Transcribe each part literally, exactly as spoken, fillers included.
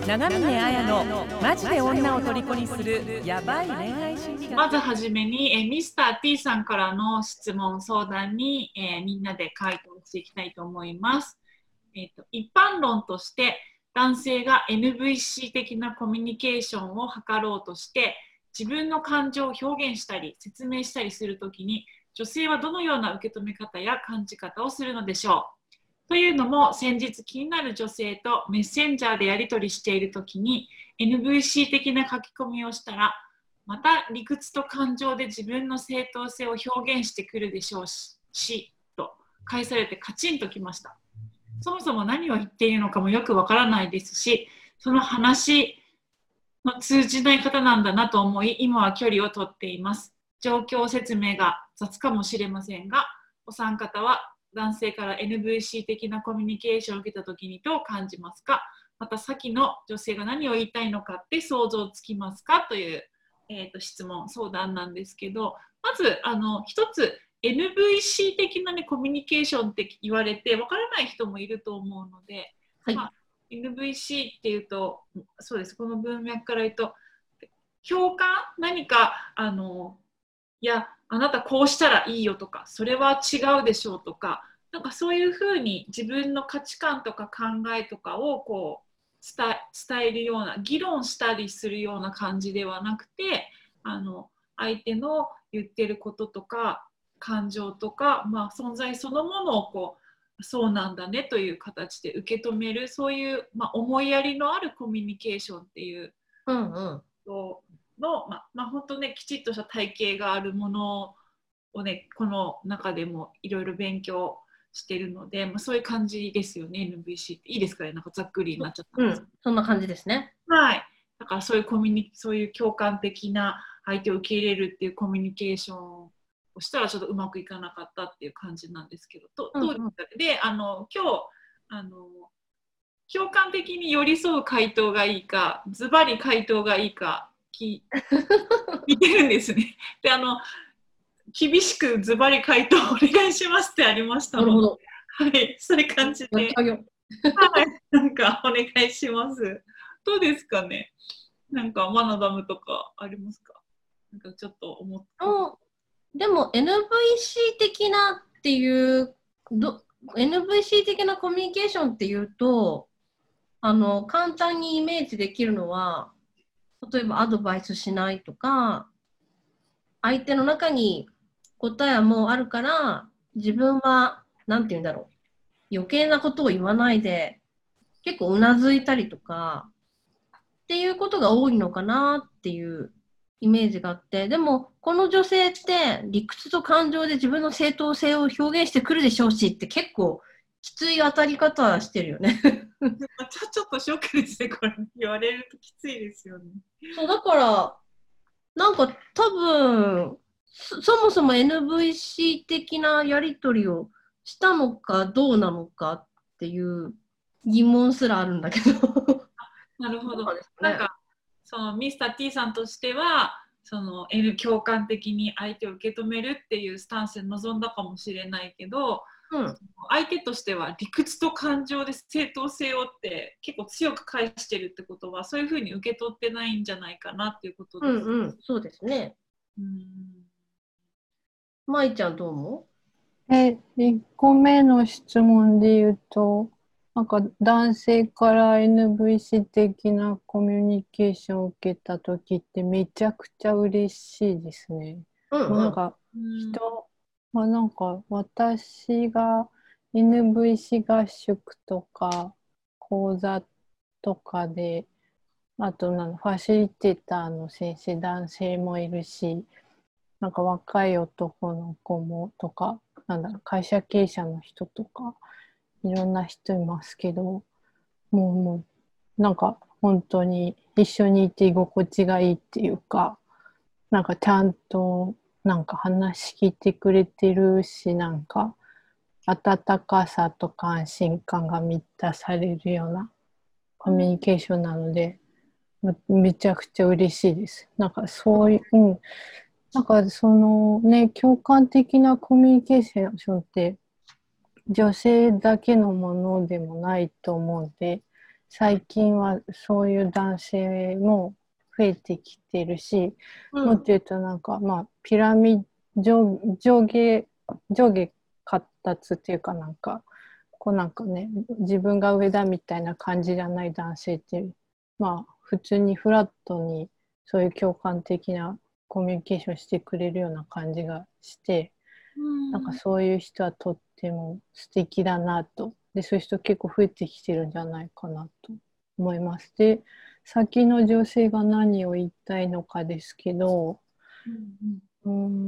長峰彩のマジで女を虜にするヤバい恋愛心理学。 まずはじめに、えー、ミスター T さんからの質問相談に、えーみんなで回答していきたいと思います。えーと、一般論として男性が エヌブイシー 的なコミュニケーションを図ろうとして自分の感情を表現したり説明したりするときに、女性はどのような受け止め方や感じ方をするのでしょう。というのも、先日気になる女性とメッセンジャーでやり取りしているときに エヌブイシー 的な書き込みをしたら、また理屈と感情で自分の正当性を表現してくるでしょうしと返されてカチンときました。そもそも何を言っているのかもよくわからないですし、その話の通じない方なんだなと思い、今は距離をとっています。状況説明が雑かもしれませんが、お三方は男性から エヌブイシー 的なコミュニケーションを受けたときにどう感じますか？また先の女性が何を言いたいのかって想像つきますか？という、えー、と質問相談なんですけど、まずあの一つ エヌブイシー 的な、ね、コミュニケーションって言われてわからない人もいると思うので、 はい、 まあ、エヌブイシー っていうと、そうです、この文脈から言うと共感、何かあのいやあなたこうしたらいいよとか、それは違うでしょうとか、なんかそういうふうに自分の価値観とか考えとかをこう伝え、伝えるような、議論したりするような感じではなくて、あの相手の言ってることとか感情とか、まあ、存在そのものをこうそうなんだねという形で受け止める、そういう、まあ、思いやりのあるコミュニケーションっていううんうん、 の、まあまあ、本当ね、きちっとした体系があるものをね、この中でもいろいろ勉強してるので、まあ、そういう感じですよね、エヌブイシー って。いいですかね、なんかざっくりになっちゃったんです。 うん、そんな感じですね。 はい。だからそういうコミュニ、そういう共感的な相手を受け入れるっていうコミュニケーションをしたらちょっとうまくいかなかったっていう感じなんですけど、どうんうん、 どうですか？で、あの、今日、あの、共感的に寄り添う回答がいいか、ズバリ回答がいいか聞いてるんですね。で、あの、厳しくズバリ回答お願いしますってありましたので、 なるほど。 はい、そういう感じで、 やっちゃうよ。 はい、なんかお願いします。どうですかね？なんかマナダムとかありますか？なんかちょっと思った。 うん、でも エヌブイシー 的なっていうど、エヌブイシー 的なコミュニケーションっていうと、あの、簡単にイメージできるのは、例えばアドバイスしないとか、相手の中に答えはもうあるから、自分は、なんて言うんだろう、余計なことを言わないで、結構うなずいたりとか、っていうことが多いのかなっていうイメージがあって、でも、この女性って理屈と感情で自分の正当性を表現してくるでしょうしって結構きつい当たり方してるよね。 ちょちょっとショックですね、これ言われるときついですよね。 そう、だから、なんか多分、そそもそも エヌブイシー 的なやり取りをしたのかどうなのかっていう疑問すらあるんだけど。 なるほど。 どうなんですかね。 なんかそのミスター T さんとしては、その N 共感的に相手を受け止めるっていうスタンスで臨んだかもしれないけど、 うん。 相手としては理屈と感情で正当性をって結構強く返してるってことは、そういうふうに受け取ってないんじゃないかなっていうことうです。 んうん。そうですね。 うん舞ちゃんどう思え、いっこめの質問で言うと、なんか男性から エヌブイシー 的なコミュニケーションを受けたときってめちゃくちゃ嬉しいですね。 う？うんうん。 もうなんかうん人、まあなんか私が エヌブイシー 合宿とか講座とかで、あとなんファシリテーターの先生、男性もいるし、なんか若い男の子もとか、なんだろう、会社経営者の人とか、いろんな人いますけど、もう、もう、なんか本当に一緒にいて居心地がいいっていうか、なんかちゃんと、なんか話聞いてくれてるし、なんか温かさとか安心感が満たされるようなコミュニケーションなので、めめちゃくちゃ嬉しいです。なんかそういう、うん、なんかそのね、共感的なコミュニケーションって女性だけのものでもないと思うんで、 最近はそういう男性も増えてきてるし、 うんもっと言うとなんかまあピラミッド上、上下上下発達っていうかなんかこうなんかね自分が上だみたいな感じじゃない男性ってまあ普通にフラットにそういう共感的なコミュニケーションしてくれるような感じがして、なんかそういう人はとっても素敵だなと。で、そういう人結構増えてきてるんじゃないかなと思います。で、先の女性が何を言いたいのかですけど、うん、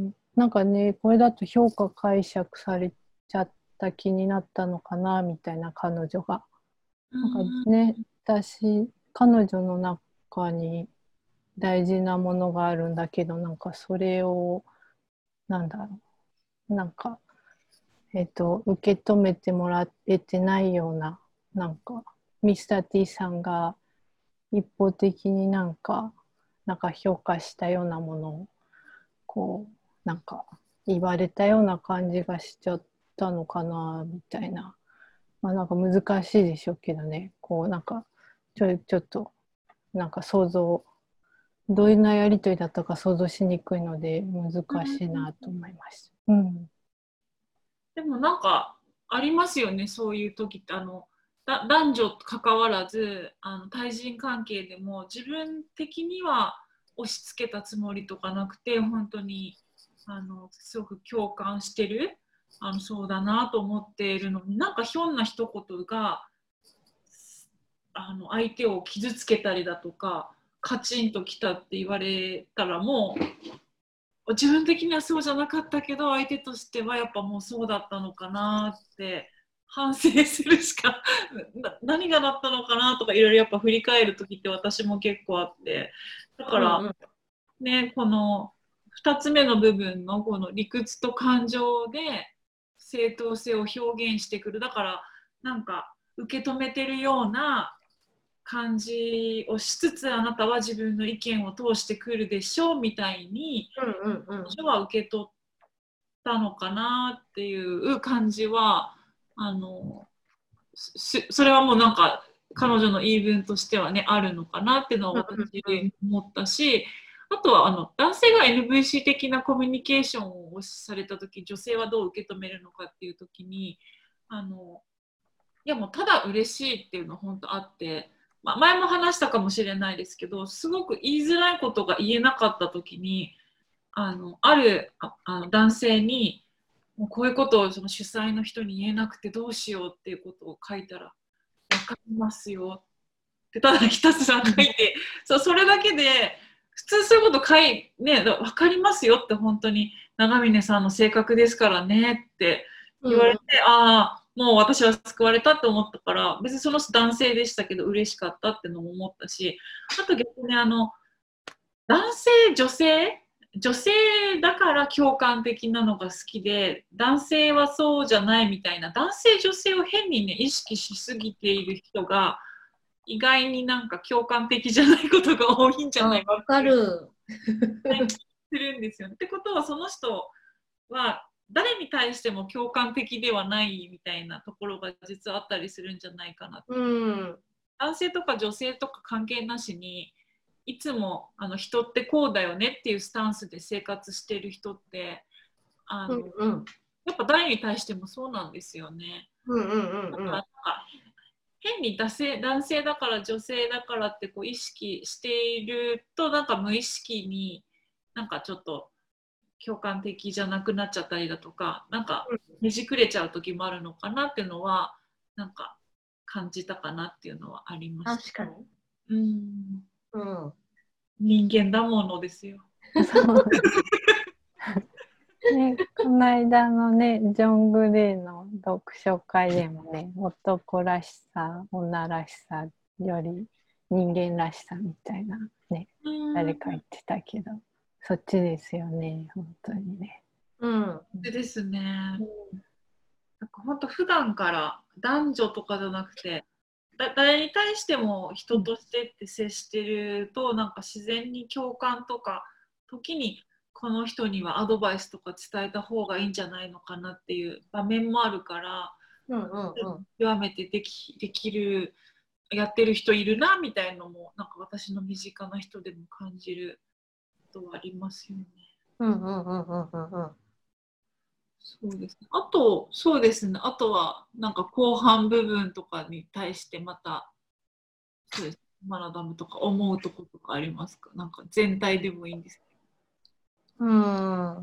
なんかね、これだと評価解釈されちゃった気になったのかなみたいな彼女が。なんかね、私、彼女の中に大事なものがあるんだけど、なんかそれを、なんだろう、なんか、えっと、受け止めてもらえてないような、なんか、ミスター T さんが一方的になんか、なんか評価したようなものを、こう、なんか言われたような感じがしちゃったのかな、みたいな。まあなんか難しいでしょうけどね、こうなんか、ちょ、ちょっと、なんか想像、どんなやりとりだったか想像しにくいので難しいなと思いました。うん。 でもなんかありますよね、そういう時って。あのだ男女関わらずあの対人関係でも自分的には押し付けたつもりとかなくて、本当にあのすごく共感してる、あのそうだなと思っているのに、なんかひょんな一言があの相手を傷つけたりだとかカチンときたって言われたら、もう自分的にはそうじゃなかったけど相手としてはやっぱもうそうだったのかなって反省するしかな何がだったのかなとかいろいろやっぱ振り返る時って私も結構あって、だからうんうんね、このふたつめの部分のこの理屈と感情で正当性を表現してくる、だからなんか受け止めてるような感じをしつつ、あなたは自分の意見を通してくるでしょうみたいにうんうん彼女は受け取ったのかなっていう感じは、あのそれはもうなんか彼女の言い分としてはねあるのかなっていうのを私思ったし、あとはあの男性が エヌブイシー 的なコミュニケーションをされた時、女性はどう受け止めるのかっていう時に、あのいやもうただ嬉しいっていうのは本当あって、まあ、前も話したかもしれないですけど、すごく言いづらいことが言えなかった時に、あのあるああの男性にもうこういうことをその主催の人に言えなくてどうしようっていうことを書いたら、分かりますよってただひたすら書いて、そうそれだけで普通そういうこと書いね、分かりますよって本当に長峰さんの性格ですからねって言われて、 うんああもう私は救われたって思ったから、別にその人男性でしたけど嬉しかったってのも思ったし、あと逆にあの男性女性女性だから共感的なのが好きで男性はそうじゃないみたいな、男性女性を変にね意識しすぎている人が意外になんか共感的じゃないことが多いんじゃないかあ、わかる。 するんですよね。ってことはその人は誰に対しても共感的ではないみたいなところが実はあったりするんじゃないかな。 うん。 男性とか女性とか関係なしにいつもあの人ってこうだよねっていうスタンスで生活してる人ってあの、 うんうん。 やっぱ誰に対してもそうなんですよね。 うんうんうんうん。 だからなんか変に男性男性だから女性だからってこう意識していると、なんか無意識になんかちょっと共感的じゃなくなっちゃったりだとか、なんかねじくれちゃう時もあるのかなっていうのはなんか感じたかなっていうのはありました。 確かに。 うん、 うん。 人間だものですよ。 そうね、この間のね、ジョン・グレーの読書会でもね、男らしさ、女らしさより人間らしさみたいなね、誰か言ってたけど、そっちですよね、本当にね。 うん。 でですね、なんか本当普段から男女とかじゃなくてだ誰に対しても人としてって接してると、なんか自然に共感とか時にこの人にはアドバイスとか伝えた方がいいんじゃないのかなっていう場面もあるから、 うんうんうん。 極めてできできるやってる人いるなみたいのもなんか私の身近な人でも感じることはありますよね。 うんうんうんうんうんうん。 そうですね。あと、そうですね。あとは、なんか後半部分とかに対してまた、そうです。マナダムとか思うところとかありますか？なんか全体でもいいんですけうん。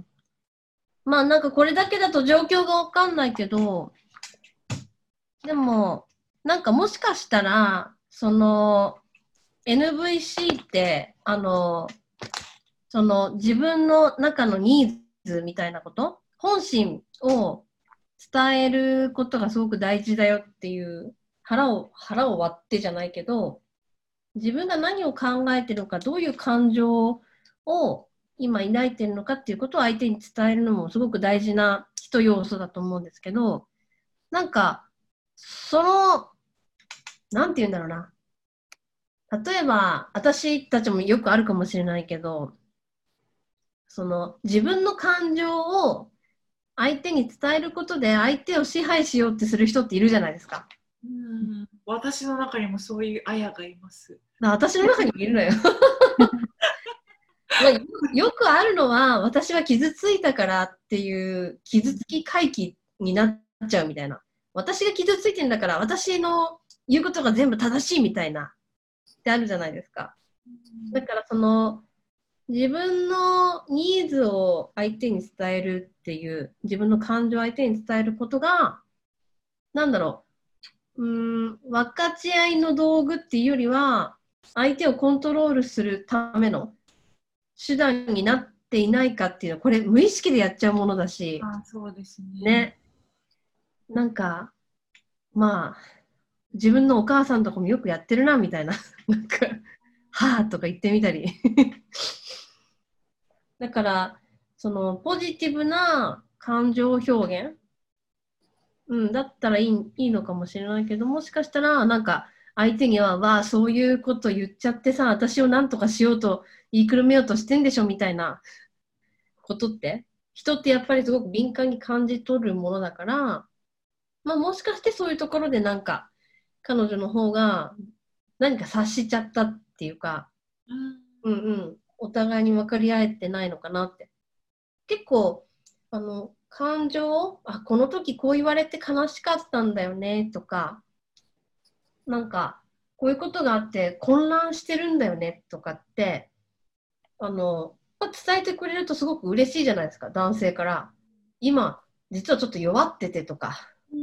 まあなんかこれだけだと状況がわかんないけど、でも、なんかもしかしたら、その エヌブイシー って、あの、その自分の中のニーズみたいなこと、本心を伝えることがすごく大事だよっていう、腹を、腹を割ってじゃないけど、自分が何を考えてるのか、どういう感情を今抱いてるのかっていうことを相手に伝えるのもすごく大事な一要素だと思うんですけど、なんか、その、なんて言うんだろうな。例えば、私たちもよくあるかもしれないけど、その自分の感情を相手に伝えることで相手を支配しようってする人っているじゃないですか。 ど。うん。私の中にもそういうあやがいます。 だから私の中にもいるのよ。まあ、よよくあるのは、私は傷ついたからっていう傷つき回帰になっちゃうみたいな。私が傷ついてるんだから、私の言うことが全部正しいみたいなってあるじゃないですか。だからその自分のニーズを相手に伝えるっていう、自分の感情を相手に伝えることが、なんだろう、うーん、分かち合いの道具っていうよりは、相手をコントロールするための手段になっていないかっていうのは、これ無意識でやっちゃうものだし、 あ、そうですね。 ね、なんか、まあ、自分のお母さんとかもよくやってるな、みたいな。なんか、はぁとか言ってみたり。だから、そのポジティブな感情表現、うん、だったらいい、いいのかもしれないけど、もしかしたら、なんか、相手には、わあ、そういうこと言っちゃってさ、私を何とかしようと、言いくるめようとしてんでしょ、みたいなことって、人ってやっぱりすごく敏感に感じ取るものだから、まあ、もしかしてそういうところでなんか、彼女の方が何か察しちゃったっていうか、 うん。 うんうん、お互いに分かり合えてないのかなって。結構、あの、感情、あ、この時こう言われて悲しかったんだよねとか、なんか、こういうことがあって混乱してるんだよねとかって、あの、まあ伝えてくれるとすごく嬉しいじゃないですか、男性から。今、実はちょっと弱っててとか。 うん。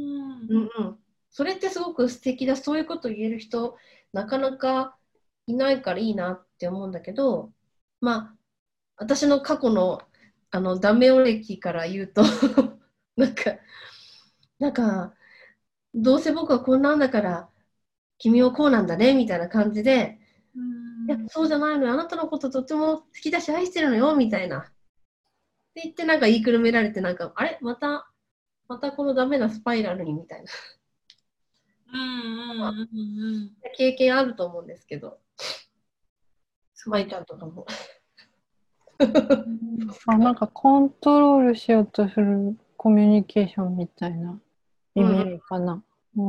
うんうん。それってすごく素敵だ。そういうこと言える人、なかなかいないからいいなって思うんだけど、まあ、私の過去の、あの、ダメオ歴から言うとなんか、なんか、どうせ僕はこんなんだから、君はこうなんだね、みたいな感じで、 ういや、 ん。 そうじゃないのよ。あなたのこととっても好きだし愛してるのよ、みたいな。って言って、なんか言いくるめられて、なんか、あれまた、またこのダメなスパイラルに、みたいな。 うんうんうんうん。 経験あると思うんですけど、 そうです。 舞ちゃんとかも。 あ、なんかコントロールしようとするコミュニケーションみたいな意味うんうん。 合いかな。うん、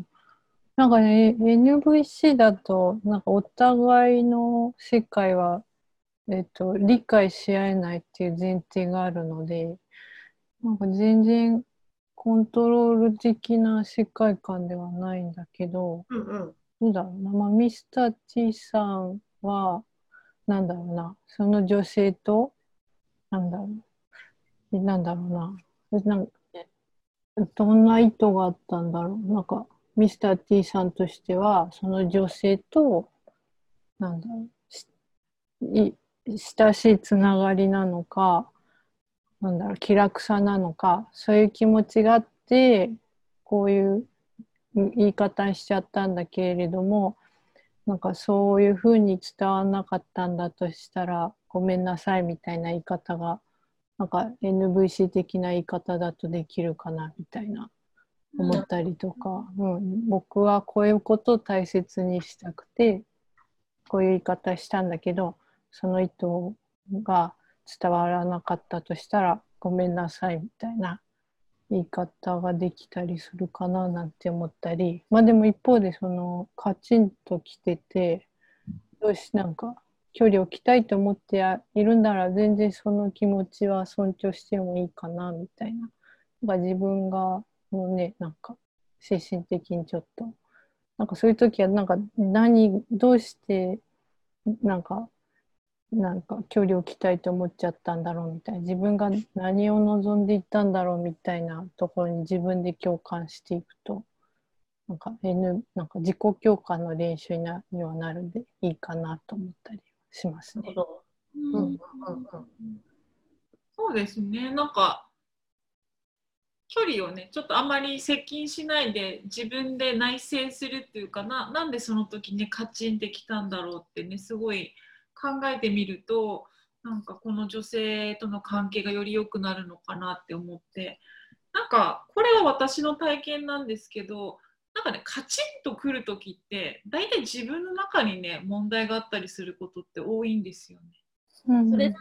なんかね、エヌブイシー だと、なんかお互いの世界は、えっと、理解し合えないっていう前提があるので、なんか全然コントロール的な世界観ではないんだけど、 うんうん。 どうだろうな、まあ、ミスター T さんは、なんだろうな、その女性と、なんだろう、なんだろうな、なんどんな意図があったんだろう。なんか、ミスター T さんとしては、その女性と、なんだろう、しい親しいつながりなのか、なんだろう、気楽さなのか、そういう気持ちがあって、こういう言い方にしちゃったんだけれども、なんかそういうふうに伝わらなかったんだとしたら、ごめんなさいみたいな言い方が、なんか エヌブイシー 的な言い方だとできるかなみたいな思うんったりとか、うん、僕はこういうことを大切にしたくて、こういう言い方したんだけど、その意図が伝わらなかったとしたら、ごめんなさいみたいな言い方ができたりするかななんて思ったり、まあでも一方でそのカチンときてて、よし、なんか距離を置きたいと思っているなら全然その気持ちは尊重してもいいかなみたいな。なんか自分がもうね、なんか精神的にちょっと、なんかそういう時はなんか何、どうしてなんか、なんか距離を置きたいと思っちゃったんだろうみたいな、自分が何を望んでいったんだろうみたいなところに自分で共感していくと、なんか、N、なんか自己共感の練習になにはなるんでいいかなと思ったりしますね。 なるほど。 うんうんうんうんそうですね。なんか距離をね、ちょっとあまり接近しないで自分で内省するっていうかな、なんでその時ね、カチンってきたんだろうってね、すごい考えてみると、なんかこの女性との関係がより良くなるのかなって思って、なんかこれは私の体験なんですけど、なんかね、カチンとくる時って、大体自分の中にね、問題があったりすることって多いんですよね。 うんそれな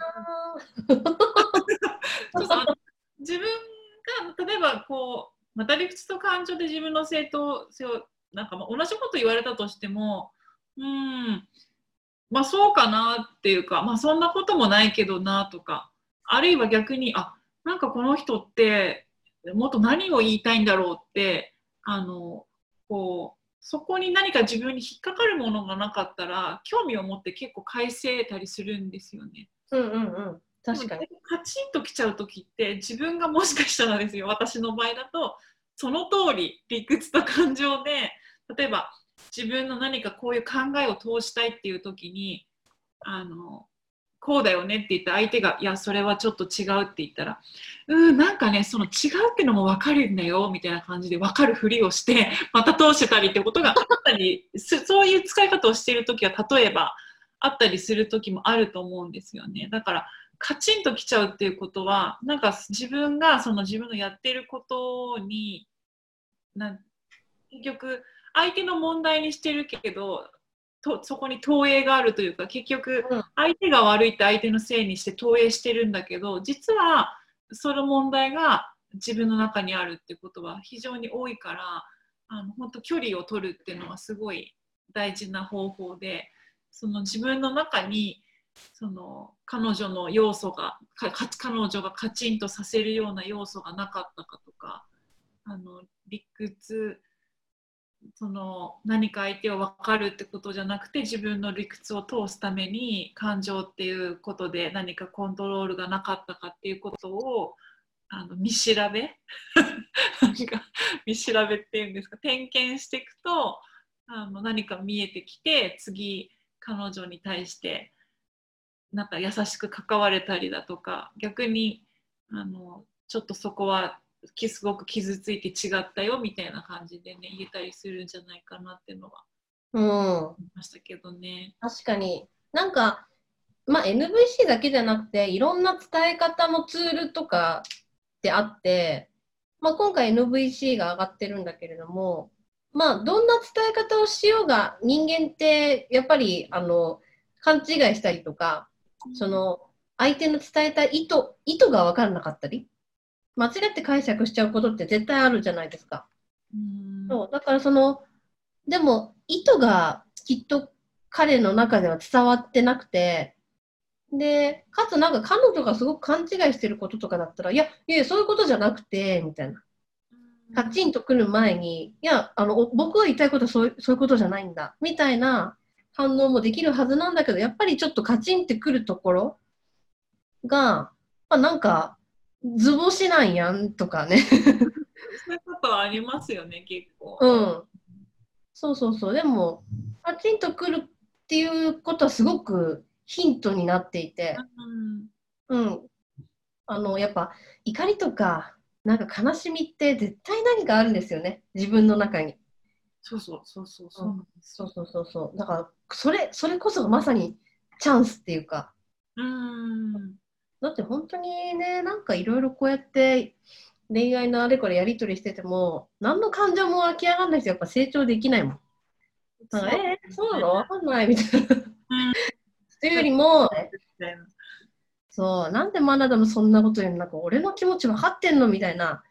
そうそう、あの自分が例えばこうまた理屈と感情で自分の正当性をなんかまあ同じこと言われたとしても、うーんまあそうかなっていうか、まあそんなこともないけどなとか、あるいは逆にあなんかこの人ってもっと何を言いたいんだろうってあのこうそこに何か自分に引っかかるものがなかったら興味を持って結構返せたりするんですよね。 うんうんうん。確かに。 カチンときちゃう時って自分がもしかしたらですよ、私の場合だとその通り理屈と感情で、例えば自分の何かこういう考えを通したいっていう時にあのこうだよねって言った相手がいやそれはちょっと違うって言ったら、うんなんかねその違うっていうのも分かるんだよみたいな感じで分かるふりをしてまた通してたりってことがあったりそういう使い方をしている時は例えばあったりする時もあると思うんですよね。だからカチンときちゃうっていうことはなんか自分がその自分のやってることになん結局相手の問題にしてるけどとそこに投影があるというか結局うん相手が悪いって相手のせいにして投影してるんだけど実はその問題が自分の中にあるってことは非常に多いからあの本当距離を取るっていうのはすごい大事な方法でその自分の中にその彼女の要素がか彼女がカチンとさせるような要素がなかったかとかあの理屈その何か相手を分かるってことじゃなくて自分の理屈を通すために感情っていうことで何かコントロールがなかったかっていうことをあの見調べなんか見調べっていうんですか点検していくとあの何か見えてきて次彼女に対してなんか優しく関われたりだとか逆にあのちょっとそこはすごく傷ついて違ったよみたいな感じでね言えたりするんじゃないかなっていうのはうん。 思いましたけどね。 確かに。なんか、まあ、エヌブイシー だけじゃなくて、いろんな伝え方のツールとかってあって、まあ、今回 エヌブイシー が上がってるんだけれども、まあ、どんな伝え方をしようが、人間ってやっぱり、あの、勘違いしたりとか、その、相手の伝えた意図、意図が分からなかったり、間違って解釈しちゃうことって絶対あるじゃないですか。 うんそうだからその、でも意図がきっと彼の中では伝わってなくて、で、かつなんか彼女がすごく勘違いしてることとかだったら、いや、いや、そういうことじゃなくて、みたいな。カチンと来る前に、いや、あの、お僕が言いたいことはそうそういうことじゃないんだ、みたいな反応もできるはずなんだけど、やっぱりちょっとカチンってくるところが、まあ、なんか、図星なんやんとかね。 そういうことはありますよね結構。 うん。そうそうそう。でも、パチンとくるっていうことはすごくヒントになっていて、 うんうん。あの、やっぱ怒りとか、なんか悲しみって絶対何かあるんですよね。自分の中に。 そうそうそうそうそうなんですよ。 そうそうそうそう。だから、それ、それこそまさにチャンスっていうか、 うんだって本当にね、なんかいろいろこうやって恋愛のあれこれやりとりしてても、何の感情も湧き上がらない人やっぱ成長できないもん。なんかえー、そうなのわかんないみたいな。というよりも、そう、なんでマナダムそんなこと言うのなんか俺の気持ち分かってんのみたいな。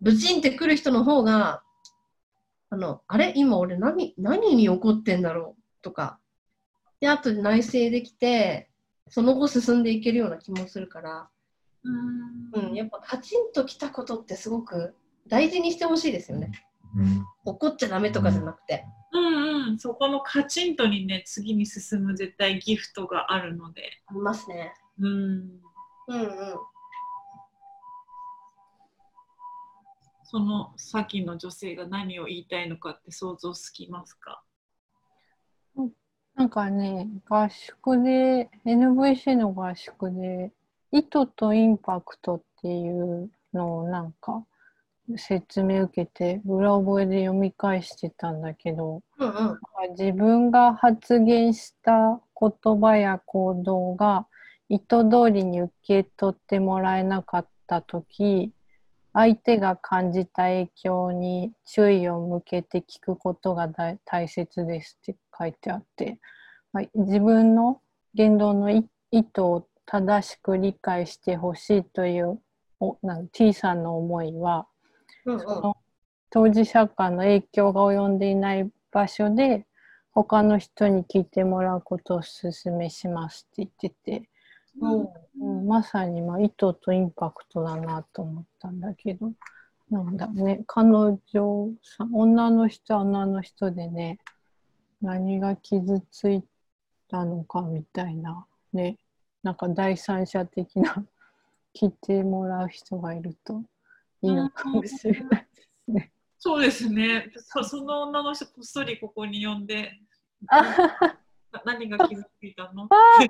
ブチンってくる人の方が、あの、あれ今俺何、何に怒ってんだろうとか、で、後で内省できて、その後進んでいけるような気もするから、 うん、 うん、やっぱカチンときたことってすごく大事にしてほしいですよね。 うん、 怒っちゃダメとかじゃなくて。 うんうん、そこのカチンとにね、次に進む絶対ギフトがあるので。 ありますね。 うん。 うんうん。 その先の女性が何を言いたいのかって想像つきますか？ なんかね、合宿で、エヌブイシー の合宿で、意図とインパクトっていうのをなんか説明受けて、裏覚えで読み返してたんだけど、 うんうん。 自分が発言した言葉や行動が意図通りに受け取ってもらえなかったとき、相手が感じた影響に注意を向けて聞くことが大大切ですって書いてあって、まあ自分の言動の意意図を正しく理解してほしいというおなん T さんの思いは、 うんうん。 その当事者間の影響が及んでいない場所で他の人に聞いてもらうことをお勧めしますって言ってて、 うんうん、まさにまあ意図とインパクトだなと思ったんだけど、なんだね、彼女さん、女の人は女の人でね、何が傷ついたのかみたいなね、なんか第三者的な聞いてもらう人がいるといいのかもしれないですね。 そうですね。そその女の人こっそりここに呼んで、 あな何が傷ついたのっあ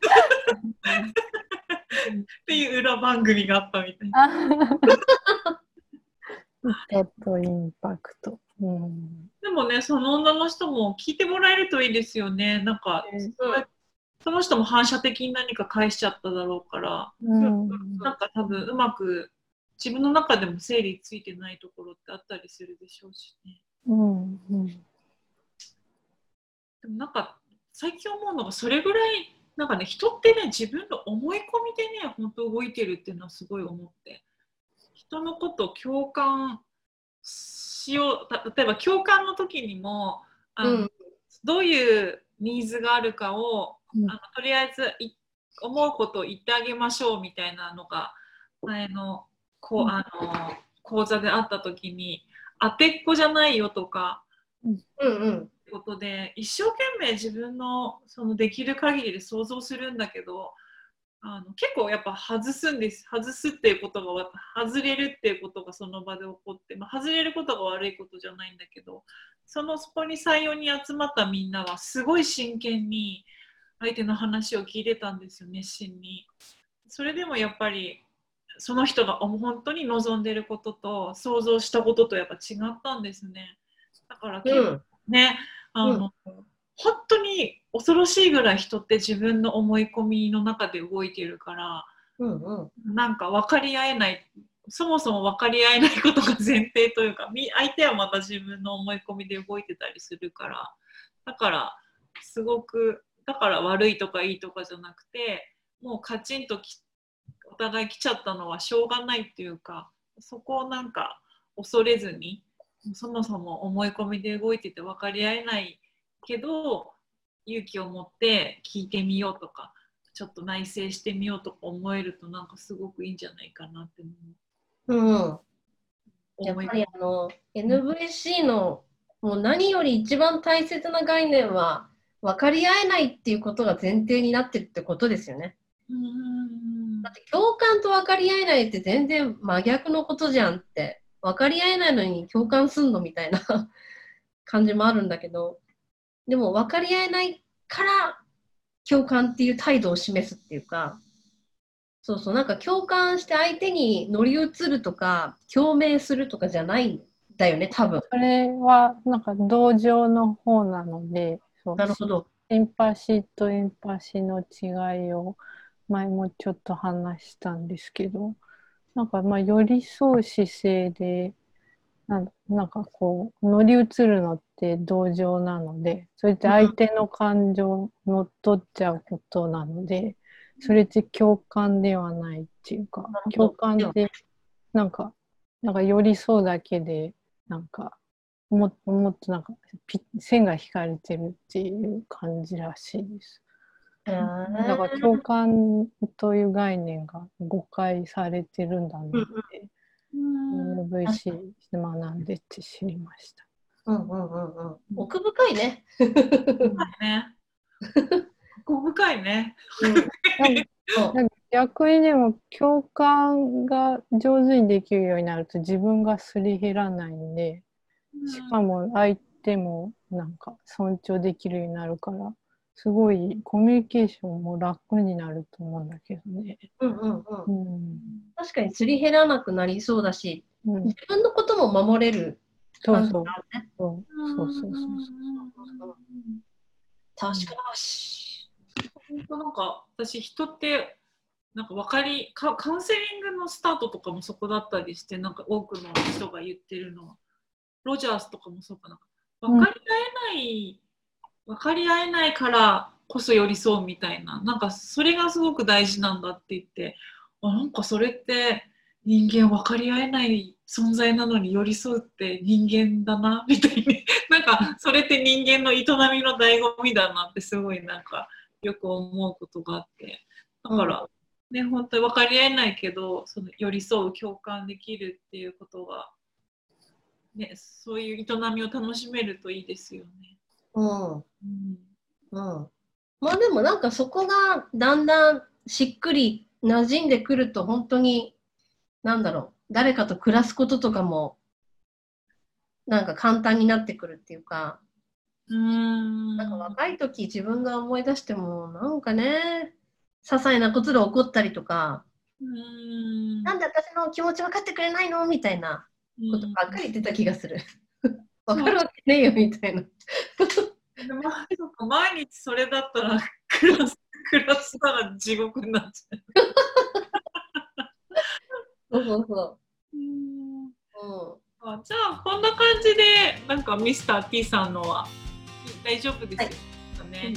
ていう裏番組があったみたいな。 あ意図とインパクト。うん、 でもね、その女の人も聞いてもらえるといいですよね。なんか、 うんその人も反射的に何か返しちゃっただろうから、 うんなんか多分うまく自分の中でも整理ついてないところってあったりするでしょうしね。 うんうんでもなんか最近思うのがそれぐらいなんかね、人ってね、自分の思い込みでね、本当動いてるっていうのはすごい思って、人のことを共感しよう、た例えば共感の時にもあの、 うんどういうニーズがあるかをうんあのとりあえずい思うことを言ってあげましょうみたいなのが前のこうあの講座であった時に、当てっこじゃないよとかうんうんことで一生懸命自分のそのできる限りで想像するんだけど、あの結構やっぱ外すんです。外すっていうことが外れるっていうことがその場で起こって、まあ、外れることが悪いことじゃないんだけど、そのそこに採用に集まったみんなはすごい真剣に相手の話を聞いてたんですよ、熱心に。それでもやっぱりその人が本当に望んでることと想像したこととやっぱ違ったんですね。だから結構ね、あうんの、本当に恐ろしいぐらい人って自分の思い込みの中で動いてるから、 うんうんなんか分かり合えない、そもそも分かり合えないことが前提というか、相手はまた自分の思い込みで動いてたりするから、だからすごく、だから悪いとかいいとかじゃなくて、もうカチンときお互い来ちゃったのはしょうがないっていうか、そこをなんか恐れずに、そもそも思い込みで動いてて分かり合えないけど勇気を持って聞いてみようとか、ちょっと内省してみようとか思えるとなんかすごくいいんじゃないかなってうんやっ思いぱりあの エヌブイシー のもう何より一番大切な概念は分かり合えないっていうことが前提になってるってことですよね。 うんだって共感と分かり合えないって全然真逆のことじゃんって、分かり合えないのに共感すんのみたいな感じもあるんだけど、でも分かり合えないから共感っていう態度を示すっていうか、そうそう、なんか共感して相手に乗り移るとか共鳴するとかじゃないんだよね、多分。 それはなんか同情の方なので、そうなるほど。 エンパシーとエンパシーの違いを前もちょっと話したんですけど、なんかまあ寄り添う姿勢でなんなんかこう乗り移るのって同情なので、それって相手の感情を乗っ取っちゃうことなので、それって共感ではないっていうか、共感ってなんかなんか寄り添うだけでなんかもっともっとなんかピ線が引かれてるっていう感じらしいです。だから共感という概念が誤解されてるんだなって、うん、エヌブイシー で学んでって知りました。 うんうんうんうん。奥深いね。 ね。奥深いね。 なんか逆にでも共感が上手にできるようになると自分がすり減らないんで、しかも相手もなんか尊重できるようになるから、すごいコミュニケーションも楽になると思うんだけどね。 うんうんうん。うん、確かにすり減らなくなりそうだし、うん、自分のことも守れる感じがあるね。 そうそうそうそうそう。 確かに。本当なんか私人ってなんか分かりカウンセリングのスタートとかもそこだったりして、なんか多くの人が言ってるのはロジャースとかもそうかな、分かり合えない、うん、分かり合えないからこそ寄り添うみたいな、なんかそれがすごく大事なんだって言って、あ、なんかそれって人間分かり合えない存在なのに寄り添うって人間だなみたいになんかそれって人間の営みの醍醐味だなってすごいなんかよく思うことがあって、だから、うんね、本当に分かり合えないけどその寄り添う共感できるっていうことが、ね、そういう営みを楽しめるといいですよね。 うんうんうん、まあでもなんかそこがだんだんしっくり馴染んでくると本当になんだろう、誰かと暮らすこととかもなんか簡単になってくるっていうか、 うーんなんか若い時自分が思い出してもなんかね、些細なことで起こったりとか、 うーんなんで私の気持ち分かってくれないのみたいなことばっかり言ってた気がする。分かるわけねえよみたいな。 でも毎日それだったら暮らす、暮らすなら地獄になっちゃう。 そうそうそう。 うんうん、あ、じゃあこんな感じでなんかミスター T さんのは大丈夫ですよね、はい、うん、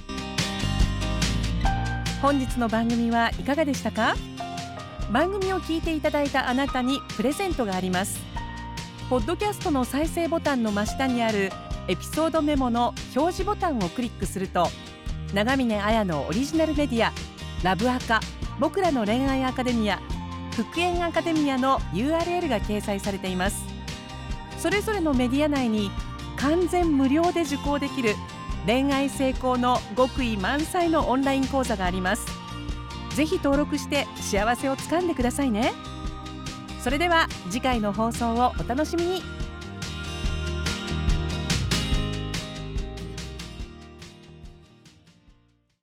本日の番組はいかがでしたか？番組を聞いていただいたあなたにプレゼントがあります。ポッドキャストの再生ボタンの真下にあるエピソードメモの表示ボタンをクリックすると、長峰綾のオリジナルメディアラブアカ、僕らの恋愛アカデミア、復縁アカデミアの ユーアールエル が掲載されています。それぞれのメディア内に完全無料で受講できる恋愛成功の極意満載のオンライン講座があります。ぜひ登録して幸せをつかんでくださいね。それでは次回の放送をお楽しみに。